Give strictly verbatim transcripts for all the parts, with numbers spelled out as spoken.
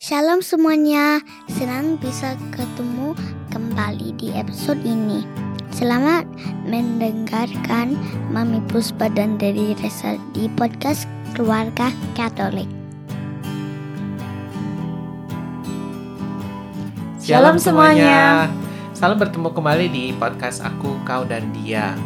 Shalom semuanya, senang bisa ketemu kembali di episode ini. Selamat mendengarkan Mami Puspa dan Daddy Resa di podcast Keluarga Katolik. Shalom semuanya. Salam bertemu kembali di podcast Aku, Kau, dan Dia.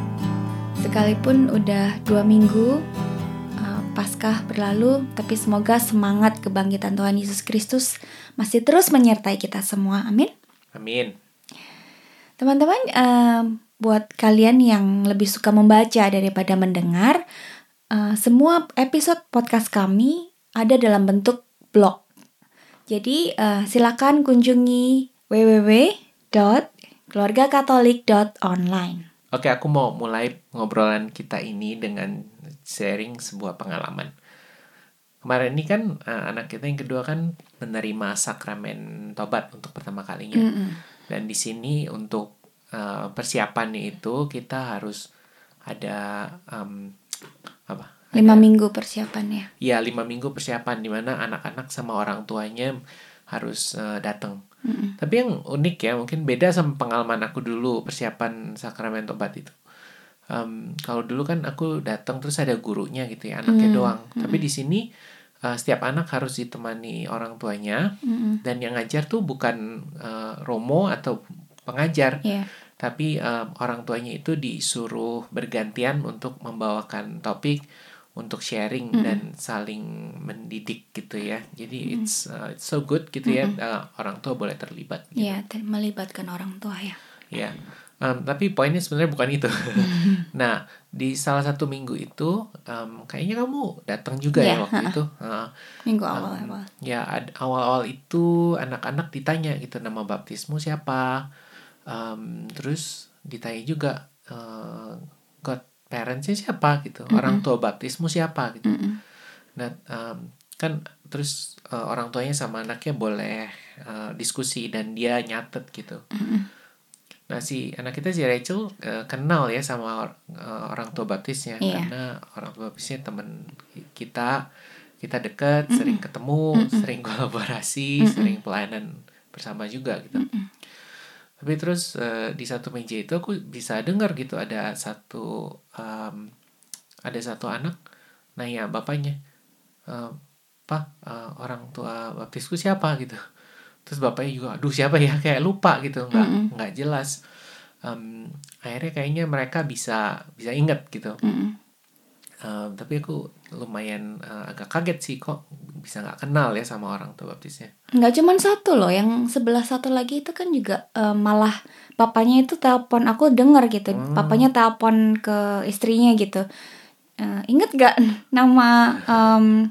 Sekalipun udah dua minggu uh, Paskah berlalu, tapi semoga semangat kebangkitan Tuhan Yesus Kristus masih terus menyertai kita semua. Amin. Amin. Teman-teman, uh, buat kalian yang lebih suka membaca daripada mendengar, uh, semua episode podcast kami ada dalam bentuk blog. Jadi uh, silakan kunjungi w w w dot keluarga katolik dot online. Oke, aku mau mulai ngobrolan kita ini dengan sharing sebuah pengalaman. Kemarin ini kan uh, anak kita yang kedua kan menerima sakramen tobat untuk pertama kalinya. Mm-mm. Dan di sini untuk uh, persiapannya itu kita harus ada um, apa? Lima Ada- minggu persiapannya. Ya, lima minggu persiapan di mana anak-anak sama orang tuanya harus uh, datang. Mm-mm. Tapi yang unik ya, mungkin beda sama pengalaman aku dulu persiapan sakramen tobat itu. Um, kalau dulu kan aku datang terus ada gurunya gitu ya, anaknya Hmm, doang. hmm. Tapi di sini uh, setiap anak harus ditemani orang tuanya, Mm-mm. dan yang ngajar tuh bukan uh, romo atau pengajar, Iya. tapi um, orang tuanya itu disuruh bergantian untuk membawakan topik, untuk sharing Mm-mm. dan saling mendidik gitu ya. Jadi Mm-mm. it's uh, it's so good gitu ya, Mm-mm. uh, orang tua boleh terlibat. Gitu. Iya, ter- melibatkan orang tua ya. Ya, um, tapi poinnya sebenarnya bukan itu. Nah, di salah satu minggu itu, um, kayaknya kamu datang juga Iya, ya waktu ha-ha. itu. Uh, Minggu um, awal-awal. ya, ad- awal-awal itu anak-anak ditanya gitu, nama baptismu siapa? Um, terus ditanya juga, uh, godparents-nya siapa gitu, orang Mm-mm. tua baptismu siapa gitu. Mm-mm. Nah, um, kan terus uh, orang tuanya sama anaknya boleh uh, diskusi dan dia nyatet gitu. Mm-mm. Nah, si anak kita si Rachel uh, kenal ya sama or- uh, orang tua baptisnya. Iya. Karena orang tua baptisnya teman kita, kita dekat, Mm-mm. sering ketemu, Mm-mm. sering kolaborasi, Mm-mm. sering pelayanan bersama juga gitu. Mm-mm. Tapi terus uh, di satu meja itu aku bisa dengar gitu ada satu um, ada satu anak nanya bapaknya, uh, Pak, uh, orang tua baptisku siapa gitu. Terus bapaknya juga, aduh siapa ya, kayak lupa gitu, nggak Mm-mm. nggak jelas. Um, akhirnya kayaknya mereka bisa bisa ingat gitu. Mm-mm. Um, tapi aku lumayan uh, agak kaget sih, kok bisa nggak kenal ya sama orang tua baptisnya. Nggak cuma satu loh, yang sebelah satu lagi itu kan juga eh, malah papanya itu telepon, aku dengar gitu, Hmm. papanya telepon ke istrinya gitu. Eh, ingat gak nama em,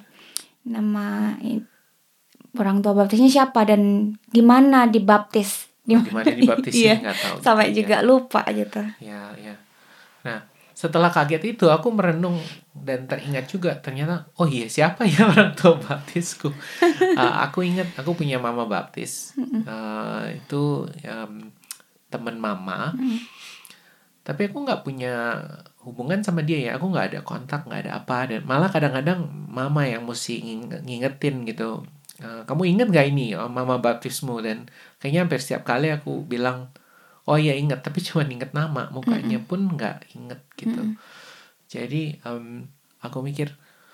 nama i- orang tua baptisnya siapa dan di mana dibaptis? Di mana dibaptisnya Iya, nggak tahu. sampai gitu, juga lupa gitu. Ya, ya. Nah, setelah kaget itu aku merenung dan teringat juga ternyata, oh iya siapa ya orang tua baptisku? Uh, aku ingat aku punya mama baptis. Uh, itu um, teman mama. Mm. Tapi aku nggak punya hubungan sama dia ya. Aku nggak ada kontak, nggak ada apa. Dan malah kadang-kadang mama yang mesti nging- ngingetin gitu. Uh, kamu inget gak ini oh, mama baptismu? Dan kayaknya hampir setiap kali aku bilang, oh iya inget. Tapi cuma inget nama, mukanya pun nggak inget gitu. Mm-mm. Jadi um, aku mikir,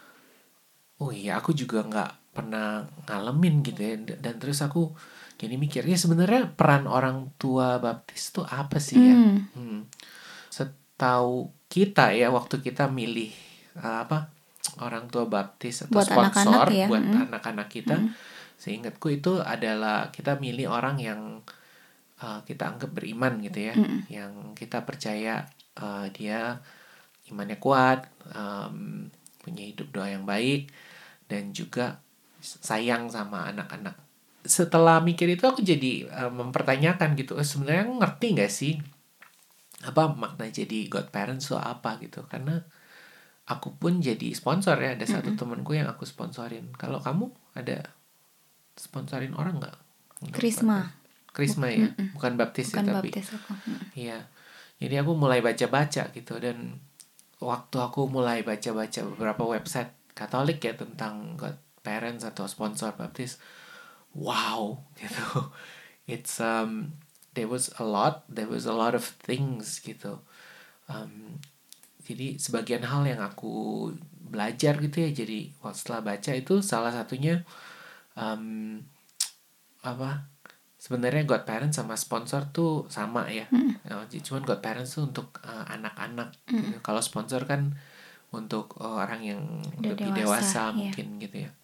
oh iya aku juga nggak pernah ngalamin gitu ya. D- Dan terus aku jadi mikir, ya sebenarnya peran orang tua baptis tuh apa sih ya? Mm. Hmm. Setahu kita ya, waktu kita milih uh, apa orang tua baptis atau Buat sponsor anak-anak ya, buat mm. anak-anak kita, Mm. seingatku itu adalah kita milih orang yang uh, kita anggap beriman gitu ya, Mm. yang kita percaya uh, dia imannya kuat, um, punya hidup doa yang baik, dan juga sayang sama anak-anak. Setelah mikir itu aku jadi uh, mempertanyakan gitu, eh, sebenarnya aku ngerti nggak sih apa makna jadi godparents itu apa gitu, karena aku pun jadi sponsor ya, ada satu Mm-mm. temanku yang aku sponsorin. Kalau kamu ada sponsorin orang nggak? Untuk Krisma. baptis? Krisma ya, Mm-mm. bukan baptis Bukan ya tapi. baptis aku. Mm. Iya. Jadi aku mulai baca-baca gitu, dan waktu aku mulai baca-baca beberapa website Katolik ya tentang godparents atau sponsor baptis, wow gitu. It's um there was a lot, there was a lot of things gitu. Um, jadi sebagian hal yang aku belajar gitu ya. Jadi waktu setelah baca itu salah satunya um, apa? Sebenarnya godparents sama sponsor tuh sama ya. Mm. Uh, cuman godparents tuh untuk uh, anak-anak. Mm. Gitu. Kalau sponsor kan untuk uh, orang yang Udah lebih dewasa, dewasa, iya. mungkin gitu ya.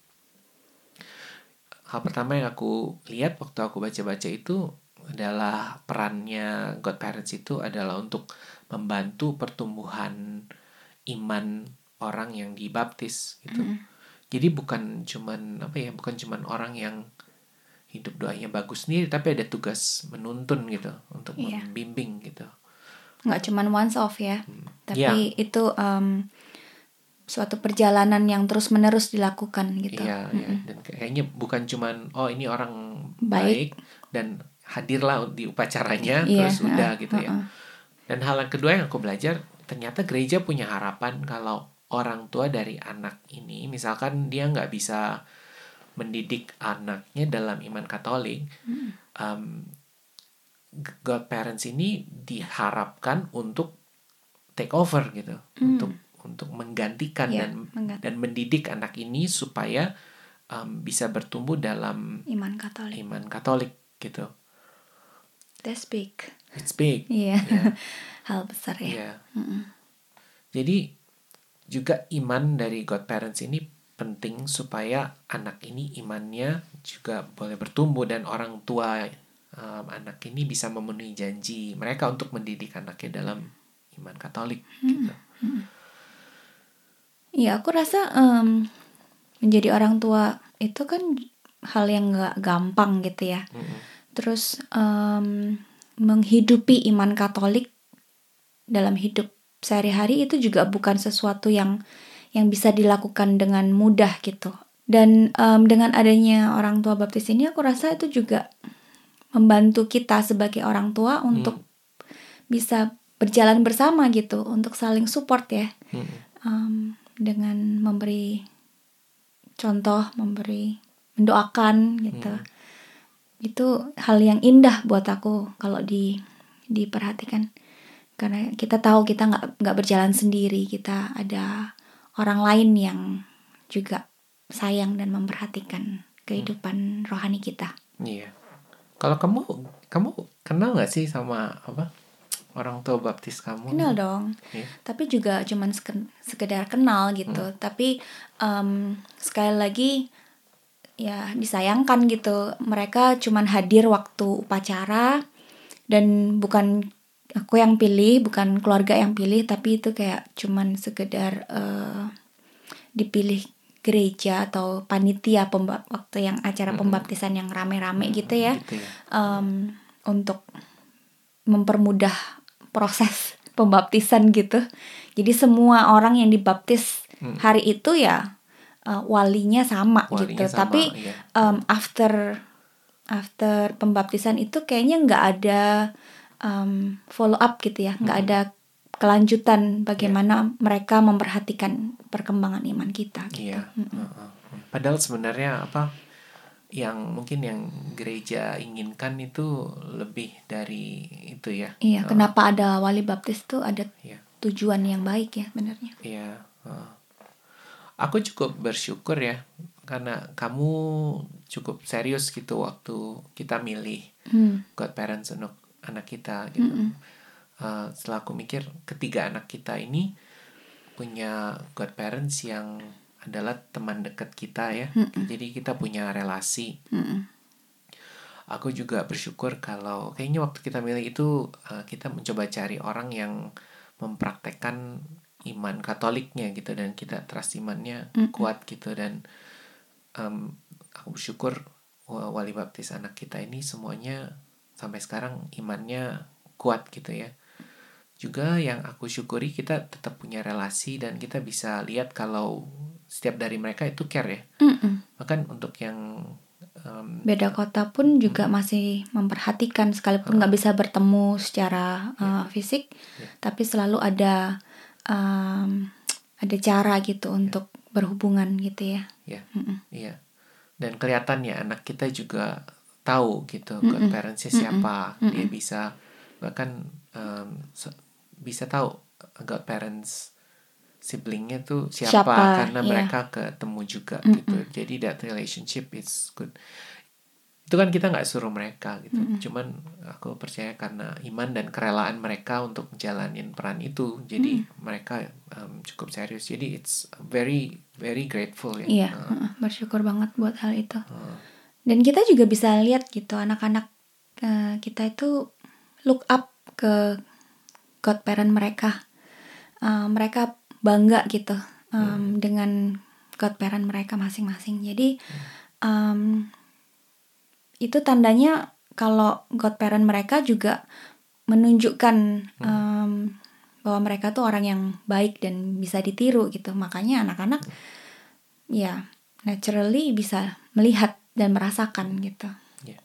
Hal pertama yang aku lihat waktu aku baca-baca itu adalah perannya godparents itu adalah untuk membantu pertumbuhan iman orang yang dibaptis gitu. Mm. Jadi bukan cuman apa ya, bukan cuman orang yang hidup doanya bagus sendiri, tapi ada tugas menuntun gitu untuk Iya. membimbing gitu. Nggak cuman once off ya, Hmm. tapi itu um, suatu perjalanan yang terus menerus dilakukan gitu. Iya, iya. Dan kayaknya bukan cuman oh ini orang Baik. baik, dan hadirlah di upacaranya Iya, terus udah uh, gitu ya. uh, uh. Dan hal yang kedua yang aku belajar, ternyata gereja punya harapan kalau orang tua dari anak ini, misalkan dia nggak bisa mendidik anaknya dalam iman Katolik, Hmm. um, godparents ini diharapkan untuk take over gitu, Hmm. untuk untuk menggantikan Iya, dan mengganti. dan mendidik anak ini supaya um, bisa bertumbuh dalam Iman Katolik. iman Katolik gitu. That's big. It's big. Iya. Ya. Hal besar ya. Iya. Mm-mm. Jadi juga iman dari godparents ini penting supaya anak ini imannya juga boleh bertumbuh, dan orang tua um, anak ini bisa memenuhi janji mereka untuk mendidik anaknya dalam iman Katolik gitu. Iya, aku rasa um, menjadi orang tua itu kan hal yang nggak gampang gitu ya. Mm-mm. Terus um, menghidupi iman Katolik dalam hidup sehari-hari itu juga bukan sesuatu yang yang bisa dilakukan dengan mudah gitu. Dan um, dengan adanya orang tua baptis ini, aku rasa itu juga membantu kita sebagai orang tua untuk Hmm. bisa berjalan bersama gitu, untuk saling support ya. Mm-mm. Um, dengan memberi contoh, memberi mendoakan gitu. Hmm. Itu hal yang indah buat aku kalau di diperhatikan, karena kita tahu kita nggak nggak berjalan sendiri, kita ada orang lain yang juga sayang dan memperhatikan kehidupan rohani kita. Iya. Kalau kamu kamu kenal nggak sih sama apa orang tua baptis kamu? Kenal dong, Iya. tapi juga cuman seken- sekedar kenal gitu. Tapi um, sekali lagi ya disayangkan gitu, mereka cuman hadir waktu upacara dan bukan aku yang pilih, bukan keluarga yang pilih, tapi itu kayak cuman sekedar uh, dipilih gereja atau panitia pemba- waktu yang acara Mm-mm. pembaptisan yang rame-rame Mm, gitu ya, gitu ya. um, untuk mempermudah proses pembaptisan gitu. Jadi semua orang yang dibaptis Mm. hari itu ya uh, walinya sama Walinya gitu. sama, Tapi iya. um, after after pembaptisan itu kayaknya nggak ada um, follow up gitu ya, nggak Mm. ada kelanjutan bagaimana mereka memperhatikan perkembangan iman kita gitu. Iya. Uh-uh. Padahal sebenarnya apa yang mungkin yang gereja inginkan itu lebih dari itu ya. Iya, Uh, kenapa ada wali baptis tuh ada Iya. tujuan yang baik ya sebenarnya. Iya. Uh. Aku cukup bersyukur ya karena kamu cukup serius gitu waktu kita milih Hmm. godparents untuk anak kita gitu. Mm-mm. Uh, setelah aku mikir ketiga anak kita ini punya godparents yang adalah teman dekat kita ya. Mm-mm. Jadi kita punya relasi. Mm-mm. Aku juga bersyukur kalau kayaknya waktu kita milih itu uh, kita mencoba cari orang yang mempraktekkan iman Katoliknya gitu, dan kita trust imannya Mm-mm. kuat gitu. Dan um, aku bersyukur wa- wali baptis anak kita ini semuanya sampai sekarang imannya kuat gitu ya. Juga yang aku syukuri kita tetap punya relasi dan kita bisa lihat kalau setiap dari mereka itu care ya. Mm-mm. Bahkan untuk yang um, Beda kota pun juga masih memperhatikan, sekalipun nggak bisa bertemu secara uh, fisik, Ya. tapi selalu ada um, ada cara gitu untuk berhubungan gitu ya. ya Mm-mm. iya, dan kelihatan ya anak kita juga tahu gitu Mm-mm. godparents-nya siapa. Mm-mm. Dia bisa bahkan um, se- bisa tahu godparents siblingnya tuh siapa, Siapa, karena iya. mereka ketemu juga Mm-mm. gitu. Jadi that relationship is good. Itu kan kita nggak suruh mereka gitu. Mm-mm. Cuman aku percaya karena iman dan kerelaan mereka untuk jalanin peran itu. Jadi mereka um, cukup serius. Jadi it's very very grateful ya. Iya, Uh, heeh, bersyukur banget buat hal itu. uh, Dan kita juga bisa lihat gitu anak-anak eh, kita itu look up ke godparent mereka. Eh, mereka bangga gitu um, dengan godparent mereka masing-masing. Jadi um, itu tandanya kalau godparent mereka juga menunjukkan um, bahwa mereka tuh orang yang baik dan bisa ditiru gitu. Makanya anak-anak ya naturally bisa melihat dan merasakan gitu. ya.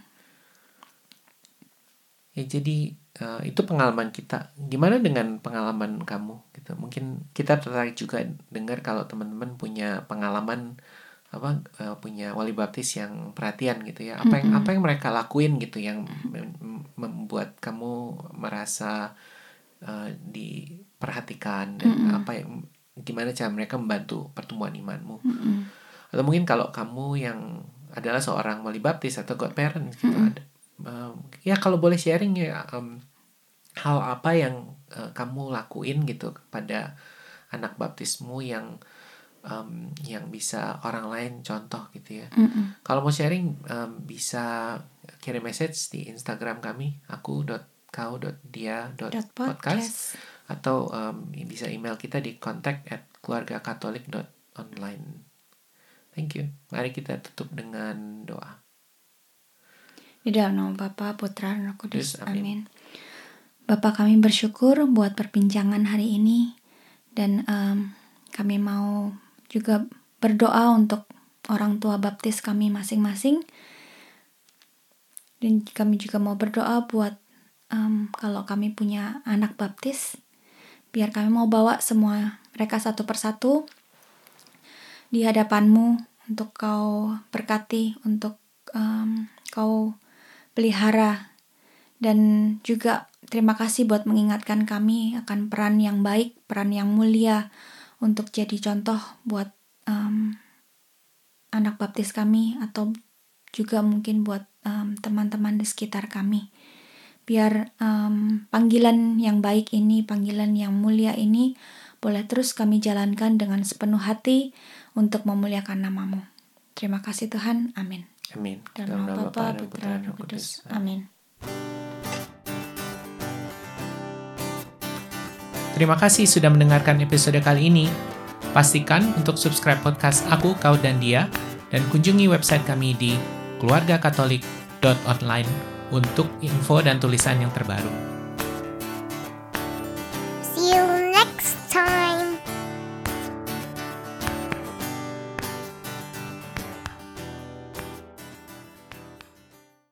Ya jadi uh, itu pengalaman kita. Gimana dengan pengalaman kamu gitu? Mungkin kita tertarik juga dengar kalau teman-teman punya pengalaman apa uh, punya wali baptis yang perhatian gitu ya. Apa yang Mm-mm. apa yang mereka lakuin gitu yang mem- membuat kamu merasa uh, diperhatikan dan Mm-mm. apa yang gimana cara mereka membantu pertumbuhan imanmu. Mm-mm. Atau mungkin kalau kamu yang adalah seorang wali baptis atau godparent gitu Mm-mm. ada um, ya kalau boleh sharing ya um, hal apa yang uh, kamu lakuin gitu kepada anak baptismu yang um, yang bisa orang lain contoh gitu ya. Mm-mm. Kalau mau sharing um, bisa kirim message di Instagram kami aku dot kau dot dia dot Dot podcast podcast. atau um, bisa email kita di contact at keluargakatolik dot online. Thank you. Mari kita tutup dengan doa. Di dalam nama Bapa, Putra, dan Roh Kudus. Kudus, amin. Amin. Bapa, kami bersyukur buat perbincangan hari ini. Dan em, kami mau juga berdoa untuk orang tua baptis kami masing-masing. Dan kami juga mau berdoa buat em, kalau kami punya anak baptis. Biar kami mau bawa semua mereka satu persatu di hadapanmu untuk kau berkati, untuk um, kau pelihara. Dan juga terima kasih buat mengingatkan kami akan peran yang baik, peran yang mulia untuk jadi contoh buat um, anak baptis kami atau juga mungkin buat um, teman-teman di sekitar kami. Biar um, panggilan yang baik ini, panggilan yang mulia ini boleh terus kami jalankan dengan sepenuh hati untuk memuliakan namamu. Terima kasih Tuhan. Amin. Amin. Dalam nama Bapa, Putra, dan Roh Kudus. Amin. Terima kasih sudah mendengarkan episode kali ini. Pastikan untuk subscribe podcast Aku, Kau, dan Dia dan kunjungi website kami di keluargakatolik dot online untuk info dan tulisan yang terbaru.